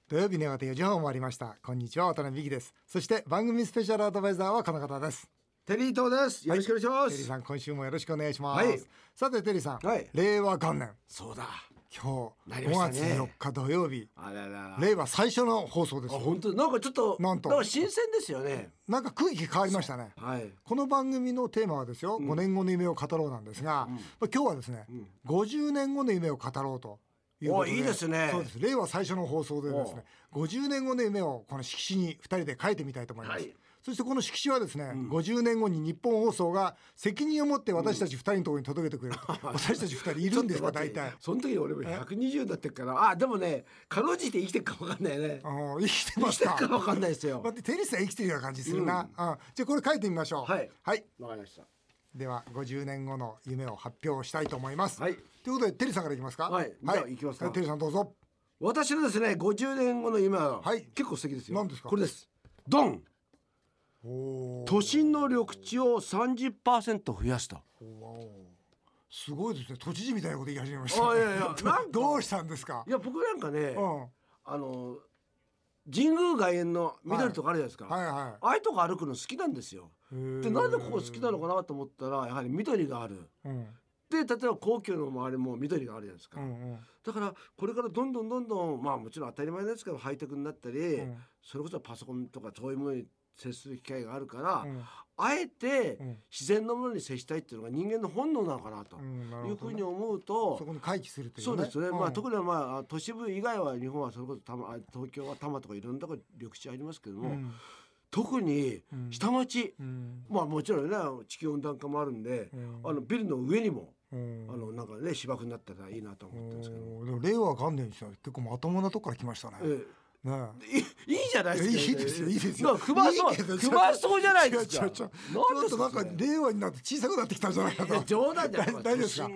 土曜日の夜4時半を回りました。こんにちは、渡辺美希です。そして番組スペシャルアドバイザーはこの方です。 テリー東です。よろしくお願いします。 テリーさん、今週もよろしくお願いします。 はい、 さてテリーさん、 はい、 令和元年、 そうだ、 今日5 なりましたね。 月4日土曜日、 あららら、 令和最初の放送です。 本当なんかちょっとなんか新鮮ですよね。 なんか空気変わりましたね。 はい、 この番組のテーマはですよ、5年後の夢を語ろうなんですが、今日はですね、50年後の夢を語ろうということで、 いいですね。 そうです。令和最初の放送でですね、50年後の夢をこの色紙に2人で書いてみたいと思います。はい、そしてこの色紙はですね、50年後に日本放送が責任を持って私たち2人のところに届けてくれる、私たち2人いるんですか大体。 その時俺も120だってっから、でもね、かろうじて生きてるか分かんないね。 生きてますか。 生きてるか分かんないですよ。 待って、テリーさん生きてるような感じするな。じゃあこれ書いてみましょう。 はい、 はい、 わかりました。 では50年後の夢を発表したいと思います。 はい、 ということでテリーさんからいきますか。 はい、じゃあ行きますか。 テリーさんどうぞ。 私のですね、50年後の夢は、 はい、 結構素敵ですよ。 何ですか。 これです。ドン。都心の緑地を 30% 増やした。 すごいですね。都知事みたいなこと言い始めました。 いやいやどうしたんですか。 いや僕なんかね、神宮外苑の緑とかあるじゃないですか、ああいうとこ歩くの好きなんですよ。でなんでここ好きなのかなと思ったら、やはり緑がある、で例えば皇居の周りも緑があるじゃないですか、だからこれからどんどんもちろん当たり前ですけどハイテクになったり、それこそパソコンとかそういうものに接する機会があるから、あえて自然のものに接したいっていうのが人間の本能なのかなというふうに思うと、 そこに回帰するというね。 そうですね、特に都市部以外は日本はそれこそ東京は多摩とかいろんなところ緑地ありますけども、特に下町、もちろんね地球温暖化もあるんで、ビルの上にもなんかね芝生になったらいいなと思ってるんですけど、 でも令和元年にしては結構まともなとこから来ましたね。 いいじゃないですか。 いいですよ、いいですよ。 不満そうじゃないですか。 ちょっとなんか令和になって小さくなってきたんじゃないかと。 冗談じゃない。 大丈夫ですか。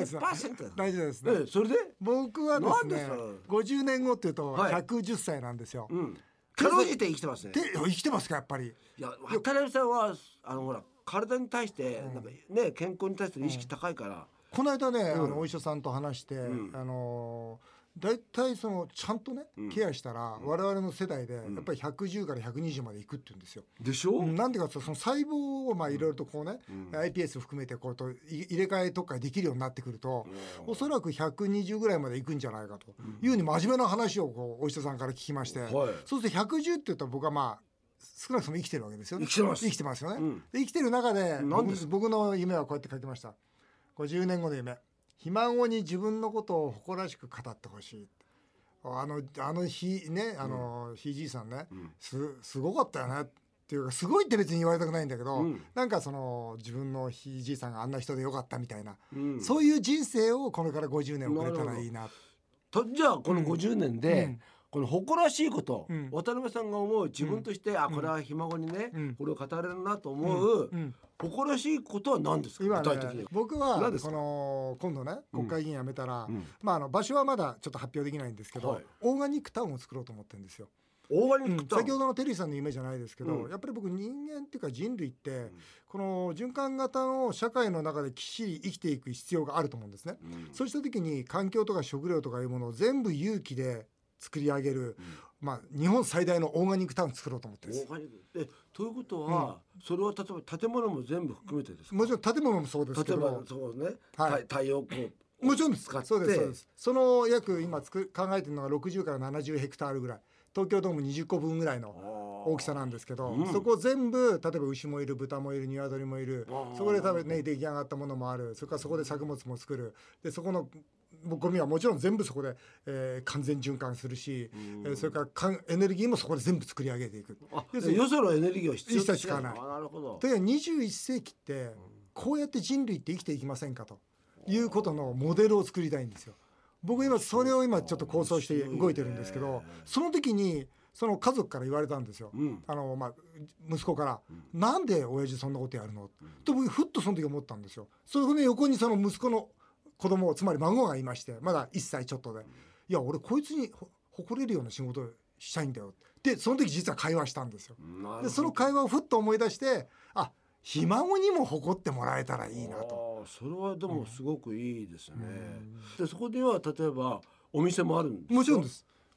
30%。 大丈夫ですね。 それで僕はですね、50年後っていうと110歳なんですよ。 かろうじて生きてますね。 生きてますかやっぱり。 いや渡辺さんはほら体に対してなんかね健康に対して意識高いから。 この間ねお医者さんと話してだいたいそのちゃんとねケアしたら我々の世代でやっぱり110から120までいくって言うんですよ。 でしょ。 なんでかというとその細胞をいろいろとこうね iPS 含めてこうと入れ替えとかできるようになってくるとおそらく120ぐらいまでいくんじゃないかというふうに真面目な話をこうお医者さんから聞きまして、そうすると110って言ったら僕は少なくとも生きてるわけですよね。生きてますよね。で生きてる中で僕の夢はこうやって書いてました。50年後の夢、ひ孫に自分のことを誇らしく語ってほしい。あの日ね、ひいじいさんね、すごかったよねっていうか、すごいって別に言われたくないんだけど、なんかその自分のひいじいさんがあんな人でよかったみたいな、そういう人生をこれから50年送れたらいいなと。じゃあこの50年で、この誇らしいこと、渡辺さんが思う自分として、これはひ孫にね、これを語れるなと思う、誇らしいことは何ですか。具体的に僕はこの今度ね国会議員辞めたら、場所はまだちょっと発表できないんですけど、オーガニックタウンを作ろうと思ってるんですよ。 オーガニックタウン、 先ほどのテリーさんの夢じゃないですけど、やっぱり僕人間っていうか人類って、この循環型の社会の中できっちり生きていく必要があると思うんですね。そうした時に環境とか食料とかいうものを全部有機で作り上げる、日本最大のオーガニックタウン作ろうと思ってるんです。 ということは、それは例えば建物も全部含めてですか。 もちろん建物もそうですけど、 例えばそうね、太陽光もちろん使って、そうです。その約今考えてるのが60から70ヘクタールぐらい、東京ドーム20個分ぐらいの大きさなんですけど、そこ全部例えば牛もいる、豚もいる、鶏もいる、そこで出来上がったものもある、それからそこで作物も作る、でそこのゴミはもちろん全部そこで、完全循環するし、それからエネルギーもそこで全部作り上げていく。 よそのエネルギーは必要一切使わない。 なるほど。 という21世紀ってこうやって人類って生きていきませんかということのモデルを作りたいんですよ。僕それを今ちょっと構想して動いてるんですけど、その時にその家族から言われたんですよ。息子から、なんで親父そんなことやるのと僕ふっとその時思ったんですよ。それで横にその息子の子供、つまり孫がいまして、まだ1歳ちょっとで、いや俺こいつに誇れるような仕事をしたいんだよってその時実は会話したんですよ。でその会話をふっと思い出して、ひ孫にも誇ってもらえたらいいなと。 それはでもすごくいいですね。でそこでは例えばお店もあるんですか。 もちろんです。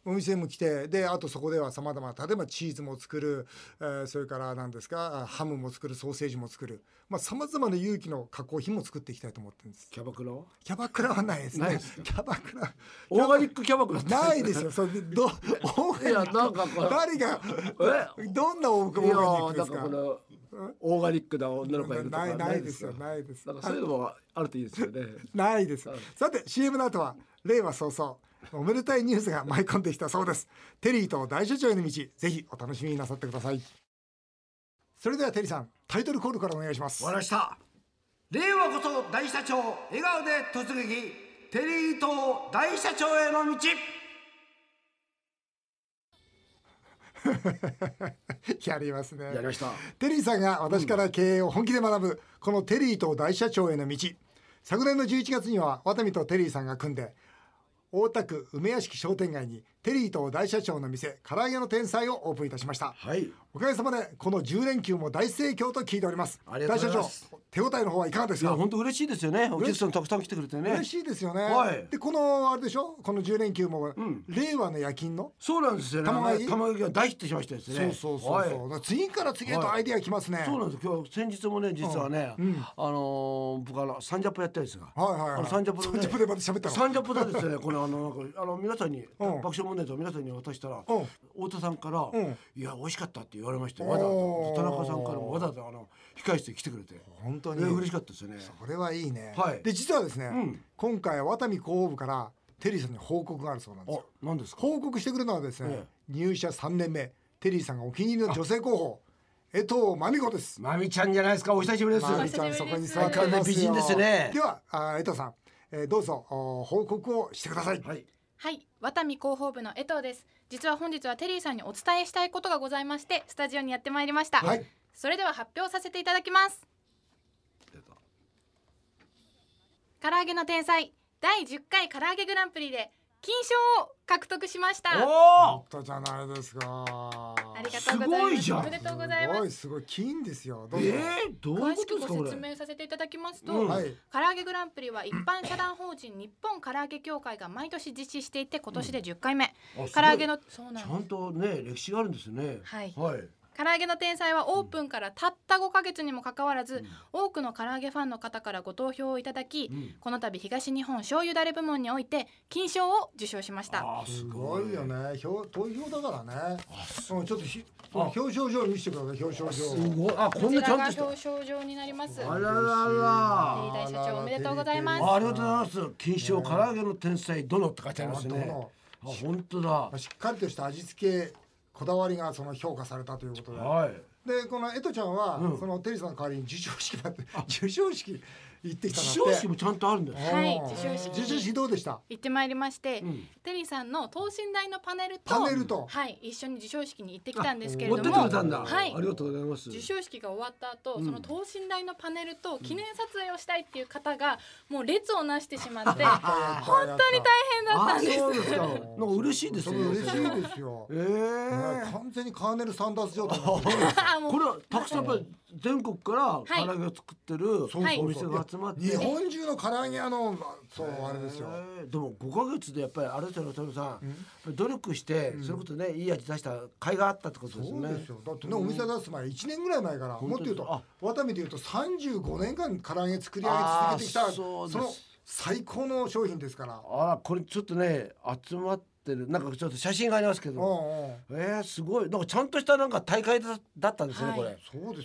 お店も来て、であとそこではさまざま、例えばチーズも作る、それから何ですか、ハムも作る、ソーセージも作る、さまざまな有機の加工品も作っていきたいと思ってるんです。 キャバクラは？ キャバクラはないですね。キャバクラ、 オーガニックキャバクラないですよ。それいや、なんか誰がどんなオーガニックですか？ オーガニックな女の子がいるとかないですよ。ないです。 なんかそういうのもあるといいですよね。 ないです。さて CM の後は令和早々おめでたいニュースが舞い込んできたそうです。テリーと大社長への道、ぜひお楽しみになさってください。それではテリーさん、タイトルコールからお願いします。 わかりました。令和こそ大社長、笑顔で突撃、テリーと大社長への道。 やりますね。 やりました。 テリーさんが私から経営を本気で学ぶ、このテリーと大社長への道。昨年の11月にはワタミとテリーさんが組んで、大田区梅屋敷商店街にテリーと大社長の店、唐揚げの天才をオープンいたしました。 はい、 おかげさまでこの10連休も大盛況と聞いております。 ありがとうございます。 大社長、手応えの方はいかがですか？ いや、本当嬉しいですよね。お客さんたくさん来てくれてね。 嬉しいですよね。 はい、 でこのあれでしょ、この10連休も、令和の夜勤のそうなんですよね。 卵焼きが大ヒットしましたですね。 そう、はい、次から次へとアイデア来ますね。 そうなんです。今日先日もね、実はね、僕サンジャポやったんですが、サンジャポでまた喋ったの。 サンジャポでですね、この皆さんに爆笑問題と皆さんに渡したら、太田さんからいや美味しかったって言われまして、わざわざ田中さんからもわざわざ控室に来てくれて、 本当に嬉しかったですよね。 それはいいね。 はい。 で実はですね、今回ワタミ広報部からテリーさんに報告があるそうなんですよ。 何ですか？ 報告してくるのはですね、入社3年目テリーさんがお気に入りの女性候補、江藤真美子です。 真美ちゃんじゃないですか。お久しぶりです。 真美ちゃんそこに座ってますよ。 美人ですね。 では江藤さん、どうぞ報告をしてください。 はい、ワタミ広報部の江藤です。実は本日はテリーさんにお伝えしたいことがございまして、スタジオにやってまいりました。はい、それでは発表させていただきます。唐揚げの天才第10回唐揚げグランプリで金賞を獲得しました。 おお、じゃないですか。 ありがとうございます。おめでとうございます。 すごい金ですよ。 どういうことですか？ 詳しくご説明させていただきますと、唐揚げグランプリは一般社団法人日本唐揚げ協会が毎年実施していて、今年で10回目。唐揚げのそうなんです。 ちゃんとね歴史があるんですね。 はい。唐揚げの天才はオープンからたった5ヶ月にもかかわらず、多くの唐揚げファンの方からご投票をいただき、この度東日本醤油だれ部門において金賞を受賞しました。 すごいよね。投票だからね。ちょっと表彰状見せてください。表彰状。 すごい。 こんなちゃんとした表彰状になります。 あららら。 大社長おめでとうございます。 ありがとうございます。金賞唐揚げの天才殿って書いてありますね。本当だ。 しっかりとした味付けこだわりがその評価されたということで、でこの江藤ちゃんは、そのテリーさんの代わりに授賞式行ってきたの。 授賞式もちゃんとあるんです。 はい、授賞式どうでした？ 行ってまいりまして、テリーさんの等身大のパネルとはい一緒に授賞式に行ってきたんですけれども、 持ってくれたんだ。 はい、 ありがとうございます。 授賞式が終わった後、その等身大のパネルと記念撮影をしたいっていう方がもう列をなしてしまって本当に大変だったんです。 そうですか。なんか嬉しいですね。 嬉しいですよ。完全にカーネル・サンダース状態。これはたくさんやっぱり全国から唐揚げを作ってるお店が集まって、 日本中の唐揚げ屋のそうあれですよ。 でも5ヶ月でやっぱりあれですよね、田さん、努力してそういうことね、いい味出した甲斐があったってことですね。 そうですよ。だってね、お店出す前1年ぐらい前から、もっと言うとワタミで言うと35年間唐揚げ作り上げ続けてきた、その最高の商品ですから。 これちょっとね集まってなんかちょっと写真がありますけど、すごいなんかちゃんとしたなんか大会だったんですね、これ。 そうです。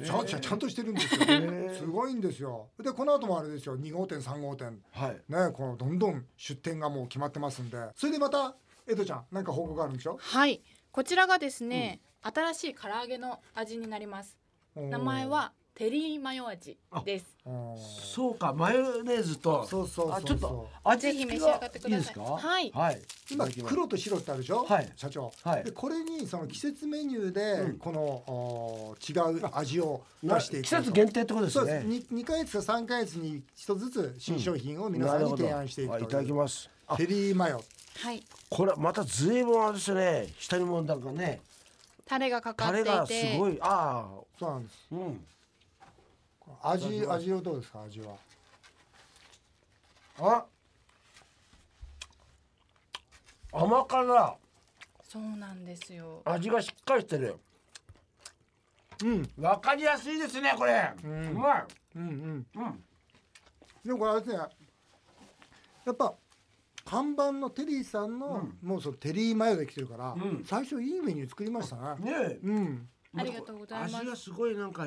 ちゃんとしてるんですよ。すごいんですよ。でこの後もあれですよ、2号店3号店ね、このどんどん出店がもう決まってますんで、それでまた江戸ちゃんなんか報告あるんでしょ？ はい、こちらがですね、新しい唐揚げの味になります。名前はテリーマヨ味です。 そうか、マヨネーズとちょっと味ぜひ召し上がってください。 いいですか？ はい。 今黒と白ってあるでしょ？社長。でこれにその季節メニューでこの違う味を出していく。 季節限定ってことですね。 2ヶ月か3ヶ月に1つずつ新商品を皆さんに提案していくという。 いただきます。 テリーマヨ。 はい。 これまた随分あれですね。下にもなんかね。 タレがかかっていて。 タレがすごい。 そうなんです。味はどうですか？味は甘辛。 そうなんですよ。 味がしっかりしてる。わかりやすいですねこれ。うまい。 でもこれあれですね、やっぱ看板のテリーさんの、もうそのテリーマヨで来てるから、最初いいメニュー作りましたね。 ありがとうございます。 味がすごいなんか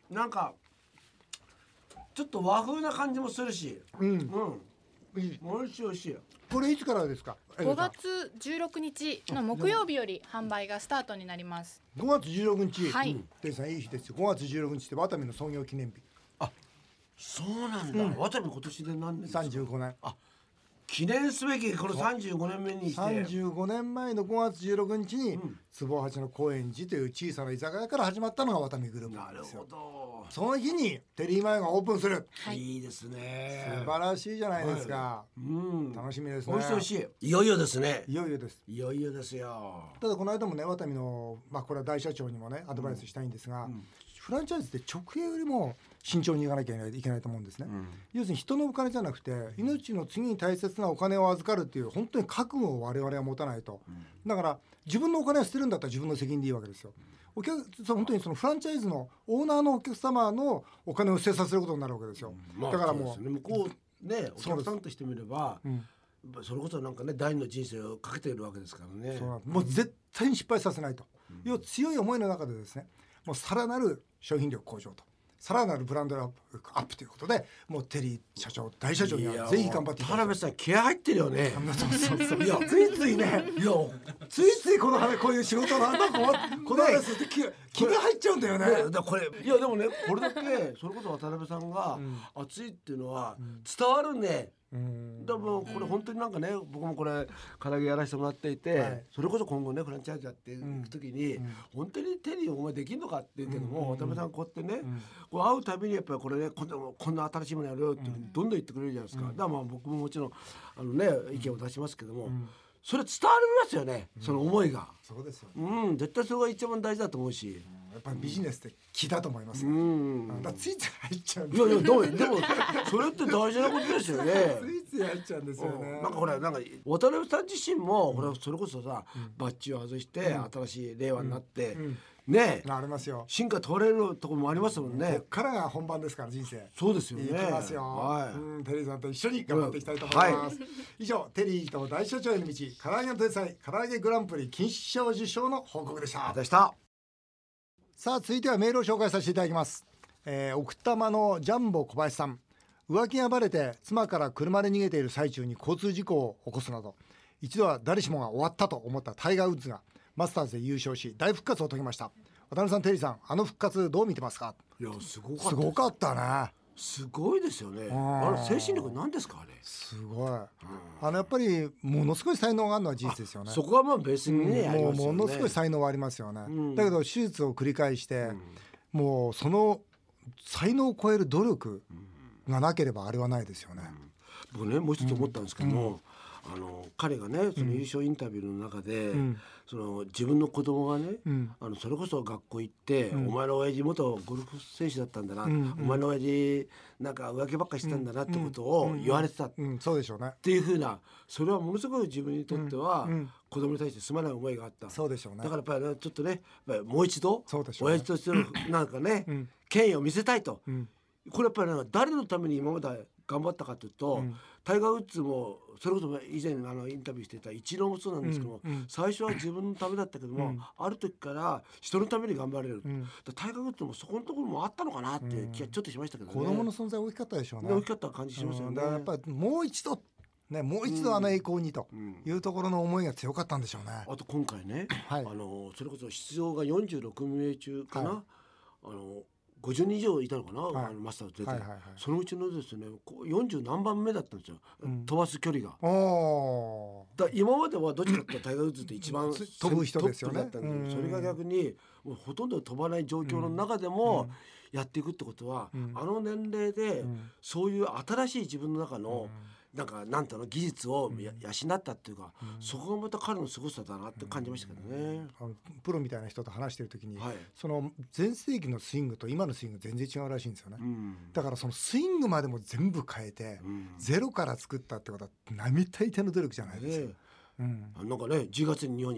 ちょっと和風な感じもするし、美味しい美味しい。 これいつからですか ？5月16日の木曜日より販売がスタートになります。 5月16日、 はい。 テリーさんいい日ですよ。5月16日ってワタミの創業記念日。 あ、そうなんだ。ワタミ今年で何年ですか ？35年。 あ、記念すべきこの35年目にして 35年前の5月16日に坪八の高円寺という小さな居酒屋から始まったのがワタミグループなんですよ。 なるほど。 その日にテリーマヨがオープンする、 いいですね。 素晴らしいじゃないですか、楽しみですね。 美味しい美味しい。いよいよですね。 いよいよです。 いよいよですよ。 ただこの間もねワタミの、これは大社長にもねアドバイスしたいんですが、フランチャイズって直営よりも慎重にいかなきゃいけないと思うんですね、要するに人のお金じゃなくて命の次に大切なお金を預かるっていう本当に覚悟を我々は持たないと、だから自分のお金を捨てるんだったら自分の責任でいいわけですよ。本当にそのフランチャイズのオーナーのお客様のお金を捨てさせることになるわけですよ、だからもう、 向こうねお客さんとしてみれば、それこそなんかね第二の人生をかけているわけですからね。 もう絶対に失敗させないという強い思いの中でですね、もうさらなる商品力向上とさらなるブランドアップということで、もうテリー社長大社長にはぜひ頑張っていただきたい。 田辺さん気合入ってるよね。 いやついついね、ついついこういう仕事のこの話って気が入っちゃうんだよね。 これいやでもねこれだけそれこそ渡辺さんが熱いっていうのは伝わるね。でもこれ本当になんかね僕もこれ唐揚げやらせてもらっていて、それこそ今後ねフランチャイズやっていく時に本当にテリーお前できんのかって言うけども、渡辺さんこうやってねこう会うたびにやっぱりこれねこんな新しいものやるよってどんどん言ってくれるじゃないですか。だから僕ももちろん意見を出しますけども、それ伝わりますよね、その思いが。 そうですよね。絶対それが一番大事だと思うし、 やっぱりビジネスって気だと思います。だついつい入っちゃうんで。 いやでもそれって大事なことですよね。 ついつい入っちゃうんですよね。 なんかほら渡辺さん自身もそれこそさバッジを外して新しい令和になってねありますよ。 進化取れるところもありますもんね。 こっからが本番ですから人生。 そうですよね。 いきますよ。テリーさんと一緒に頑張っていきたいと思います。以上テリーと大社長への道唐揚げの天才唐揚げグランプリ金賞受賞の報告でした。さあ続いてはメールを紹介させていただきます。奥多摩のジャンボ小林さん、浮気がバレて妻から車で逃げている最中に交通事故を起こすなど一度は誰しもが終わったと思ったタイガー・ウッズがマスターズで優勝し大復活を遂げました。渡辺さんテリーさん、あの復活どう見てますか？ いやすごかったね。 すごいですよね。精神力なんですかあれ。 すごい。やっぱりものすごい才能があるのは事実ですよね。 そこはまあ別にね、 ものすごい才能はありますよね。だけど手術を繰り返して、もうその才能を超える努力がなければあれはないですよね。 僕ねもう一つ思ったんですけども、彼がねその優勝インタビューの中で、その自分の子供がね、それこそ学校行って、お前の親父元ゴルフ選手だったんだな、お前の親父なんか浮気ばっかりしてたんだなってことを言われてた、 そうでしょうねっていうふうな、それはものすごい自分にとっては、子供に対してすまない思いがあった。 そうでしょうね。 だからやっぱり、ちょっとねやっぱりもう一度親父としてのなんかね、権威を見せたいと、これやっぱり、誰のために今まで頑張ったかというと、タイガー・ウッズもそれこそ以前インタビューしていたイチローもそうなんですけども、最初は自分のためだったけども、ある時から人のために頑張れる、タイガー・ウッズもそこのところもあったのかなって気がちょっとしましたけどね。 子供の存在大きかったでしょうね。 大きかった感じしますよね。 だからやっぱりもう一度あの栄光にというところの思いが強かったんでしょうね。 あと今回ね、それこそ出場が46名中かな、50人以上いたのかな、マスターズ出て、そのうちのですね40何番目だったんですよ、飛ばす距離が。だ今まではどっちかってタイガー・ウッズって一番飛ぶ人ですよね。 トップだったんで、それが逆にもうほとんど飛ばない状況の中でもやっていくってことは、あの年齢でそういう新しい自分の中のなんていうの技術を養ったっていうか、そこがまた彼のすごさだなって感じましたけどね。 プロみたいな人と話してる時に、その前世紀のスイングと今のスイング全然違うらしいんですよね。だからそのスイングまでも全部変えて、ゼロから作ったってことは並大抵の努力じゃないですよ。 なんかね10月に日本に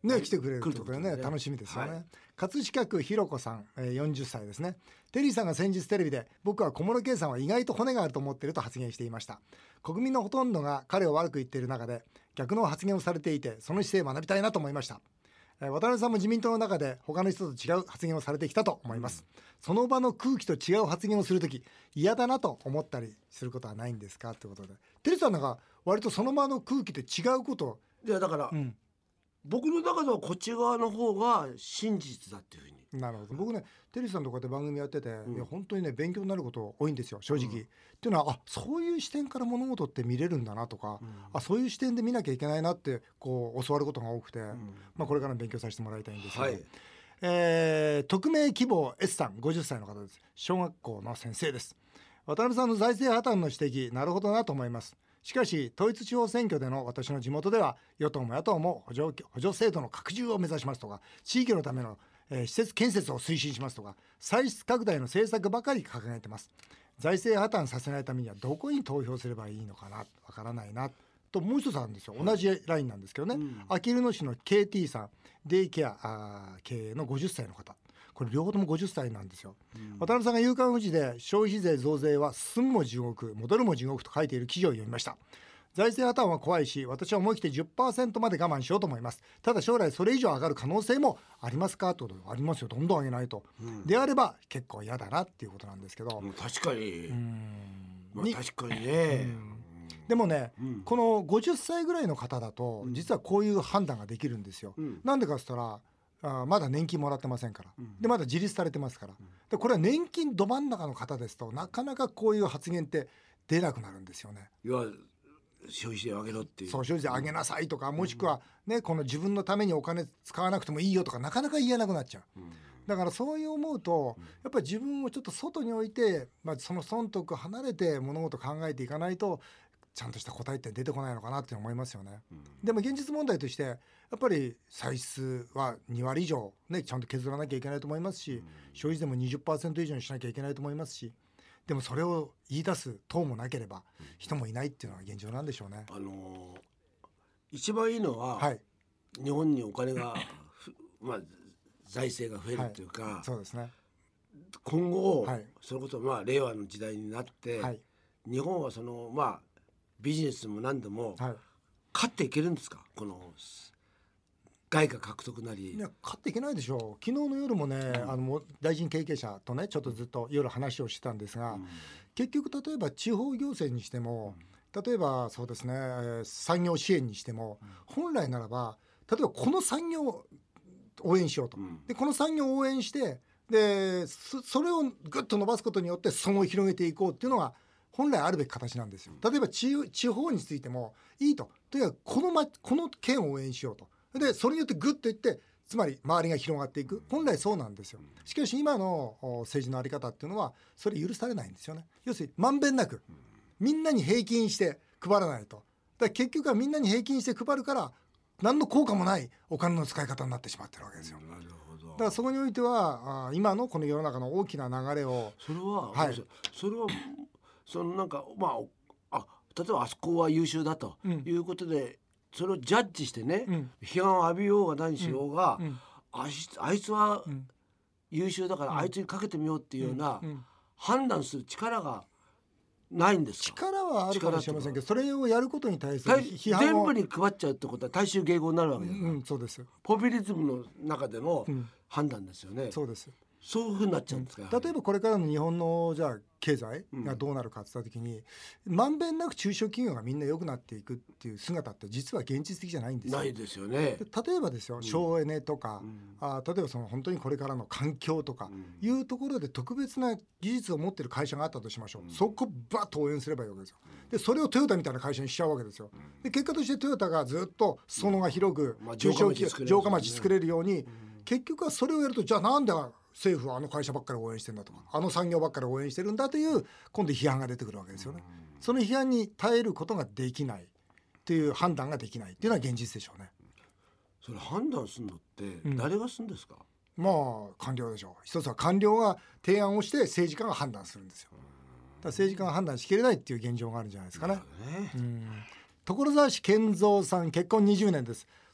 ね、来てくれるということでね、楽しみですよね、はい、葛飾区ひろこさん、40歳ですね。テリーさんが先日テレビで、僕は小室圭さんは意外と骨があると思っていると発言していました。国民のほとんどが彼を悪く言っている中で逆の発言をされていて、その姿勢を学びたいなと思いました。渡辺さんも自民党の中で他の人と違う発言をされてきたと思います、その場の空気と違う発言をするとき嫌だなと思ったりすることはないんですかということで、テリーさんなんか割とその場の空気で違うことを、 いやだから、僕の中ではこっち側の方が真実だっていうふうに。 なるほど。僕ね、テリーさんとかで番組やってて、いや本当にね勉強になること多いんですよ、正直、っていうのは、そういう視点から物事って見れるんだなとか、そういう視点で見なきゃいけないなってこう教わることが多くて、これから勉強させてもらいたいんですけど、はい、匿名希望 S さん50歳の方です。小学校の先生です。渡辺さんの財政破綻の指摘、なるほどなと思います。しかし統一地方選挙での私の地元では与党も野党も補助制度の拡充を目指しますとか、地域のための施設建設を推進しますとか、歳出拡大の政策ばかり掲げてます。財政破綻させないためにはどこに投票すればいいのかな、わからないなと。もう一つあるんですよ、同じラインなんですけどね、あきる野市の KT さん、デイケア経営の50歳の方、これ両方とも50歳なんですよ、渡辺さんが夕刊フジで消費税増税は進むも地獄戻るも地獄と書いている記事を読みました。財政破綻は怖いし、私は思い切って 10% まで我慢しようと思います。ただ将来それ以上上がる可能性もありますかということで、ありますよ、どんどん上げないと、であれば結構嫌だなっていうことなんですけど、 確かに、確かにね、 でもね、この50歳ぐらいの方だと実はこういう判断ができるんですよ、なんでかって言ったらまだ年金もらってませんから、でまだ自立されてますから、でこれは年金ど真ん中の方ですとなかなかこういう発言って出なくなるんですよね。 いや消費税上げろっていう、 そう消費税上げなさいとか、もしくは、この自分のためにお金使わなくてもいいよとかなかなか言えなくなっちゃう、だからそういう思うとやっぱり自分をちょっと外に置いて、その損得離れて物事考えていかないとちゃんとした答えって出てこないのかなって思いますよね、でも現実問題としてやっぱり歳出は2割以上、ちゃんと削らなきゃいけないと思いますし、消費税も 20% 以上にしなきゃいけないと思いますし、でもそれを言い出す党もなければ人もいないっていうのが現状なんでしょうね。 一番いいのは、日本にお金が財政が増えるというか、 そうですね、 今後、それこそ令和の時代になって、日本はそのビジネスも何でも、勝っていけるんですか、この外貨獲得なり。 いや勝っていけないでしょう。昨日の夜もね、大臣経験者とねちょっとずっと夜話をしてたんですが、結局例えば地方行政にしても、例えばそうですね、産業支援にしても、本来ならば例えばこの産業を応援しようと、でこの産業を応援してで それをぐっと伸ばすことによって損を広げていこうっていうのが本来あるべき形なんですよ。例えば地方についてもいいとにかくこの県を応援しようと、でそれによってグッといってつまり周りが広がっていく、本来そうなんですよ。しかし今の政治の在り方っていうのはそれ許されないんですよね。要するにまんべんなくみんなに平均して配らないと、だから結局はみんなに平均して配るから何の効果もないお金の使い方になってしまってるわけですよ。 なるほど。 だからそこにおいては今のこの世の中の大きな流れをそれはそのなんか例えばあそこは優秀だということで、それをジャッジしてね、批判を浴びようが何しようが、あいつは優秀だからあいつにかけてみようっていうような判断する力がないんですか。 力はあるかもしれませんけど、それをやることに対する批判を全部に配っちゃうってことは大衆迎合になるわけですから、 そうです。 ポピュリズムの中での判断ですよね、 そうです。 そういうふうになっちゃうんですか、 例えばこれからの日本のじゃあ経済がどうなるかって言った時に、まんべんなく中小企業がみんな良くなっていくっていう姿って実は現実的じゃないんですよ。 ないですよね。 例えばですよ、省エネとか、例えばその本当にこれからの環境とかいうところで特別な技術を持っている会社があったとしましょう、そこバッと応援すればいいわけですよ。でそれをトヨタみたいな会社にしちゃうわけですよ。で結果としてトヨタがずっと裾野が広く中小企業城下町作れるように、結局はそれをやると、じゃあなんで政府はあの会社ばっかり応援してるんだとか、あの産業ばっかり応援してるんだという今度批判が出てくるわけですよね。その批判に耐えることができないという判断ができないというのは現実でしょうね。 それ判断するのって誰がするんですか。 官僚でしょう。一つは官僚が提案をして政治家が判断するんですよ。だから政治家が判断しきれないっていう現状があるんじゃないですかね。所沢市健三さん、結婚20年です。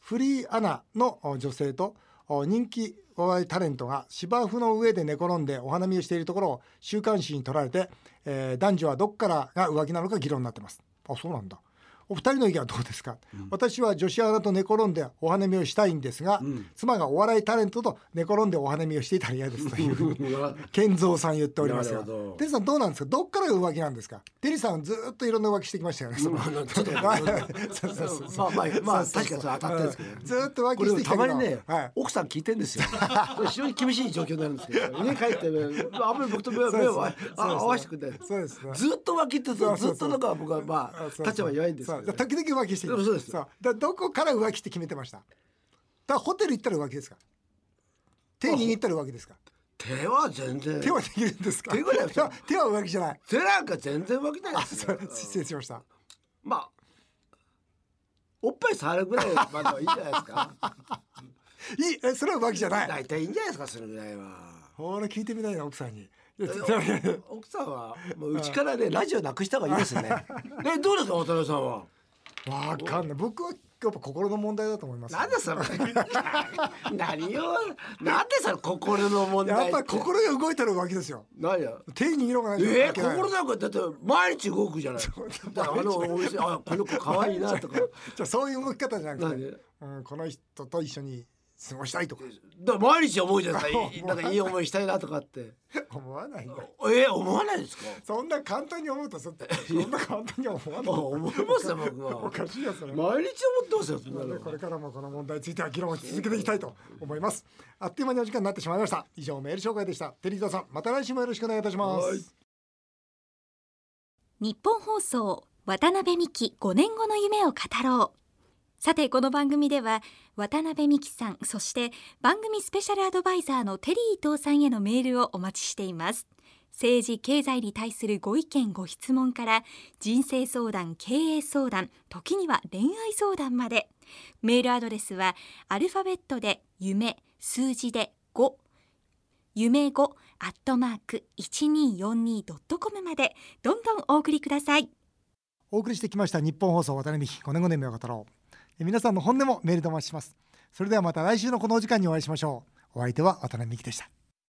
フリーアナの女性と人気お笑いタレントが芝生の上で寝転んでお花見をしているところを週刊誌に撮られて、男女はどっからが浮気なのか議論になってます。あ、そうなんだ。お二人の意見はどうですか。私は女子アナと寝転んでお花見をしたいんですが、妻がお笑いタレントと寝転んでお花見をしていたら嫌ですという健三さん言っておりますが、テリーさんどうなんですか。どっからが浮気なんですか。テリーさんずっといろんな浮気してきましたよね。 まあ確かにそれ当たってるんですけど、 ずっと浮気してきたけど、 たまにね、奥さん聞いてるんですよ。非常に厳しい状況になるんですけど、家帰ってあんまり僕と目を合わせてくれない。 そうです。 ずっと浮気ってずっとなんか僕はまあ立場弱いんですけど、 時々浮気してる。そうです。どこから浮気って決めてました。だからホテル行ったら浮気ですか。手握ったら浮気ですか。 手は全然。 手はできるんですか。手は浮気じゃない。 手なんか全然浮気ないですよ。 失礼しました。 まあおっぱい触るぐらいまではいいんじゃないですか。 それは浮気じゃない。 大体いいんじゃないですか、それぐらいは。 ほら聞いてみたいな、奥さんに。 奥さんはもううちからねラジオなくした方がいいですね。どうですか渡辺さんは。 わかんない。僕はやっぱ心の問題だと思います。 なんでそれ何をなんでそれ心の問題。 やっぱり心が動いたら浮気ですよ。 何や手に握ろうがない。 心なんかだって毎日動くじゃない。だからこの子可愛いなとか。 じゃそういう動き方じゃなくて、この人と一緒に過ごしたいとか。 だから毎日思うじゃないですか。なんかいい思いしたいなとかって思わないんだ。 思わないですか。 そんな簡単に思うとそんな簡単に思わない。 思いますよ僕は。 おかしいやつね。 毎日思ってますよ。 これからもこの問題については議論を続けていきたいと思います。あっという間にお時間になってしまいました。以上メール紹介でした。テリーザさん、また来週もよろしくお願いいたします。 日本放送渡辺美希5年後の夢を語ろう。さてこの番組では渡辺美希さん、そして番組スペシャルアドバイザーのテリー伊藤さんへのメールをお待ちしています。政治経済に対するご意見ご質問から人生相談、経営相談、時には恋愛相談まで。メールアドレスはアルファベットで夢、数字で5、夢5@1242.com までどんどんお送りください。 お送りしてきました日本放送渡辺美希5年後の夢を語ろう。皆さんの本音もメールでお待ちします。それではまた来週のこのお時間にお会いしましょう。お相手は渡辺美希でした。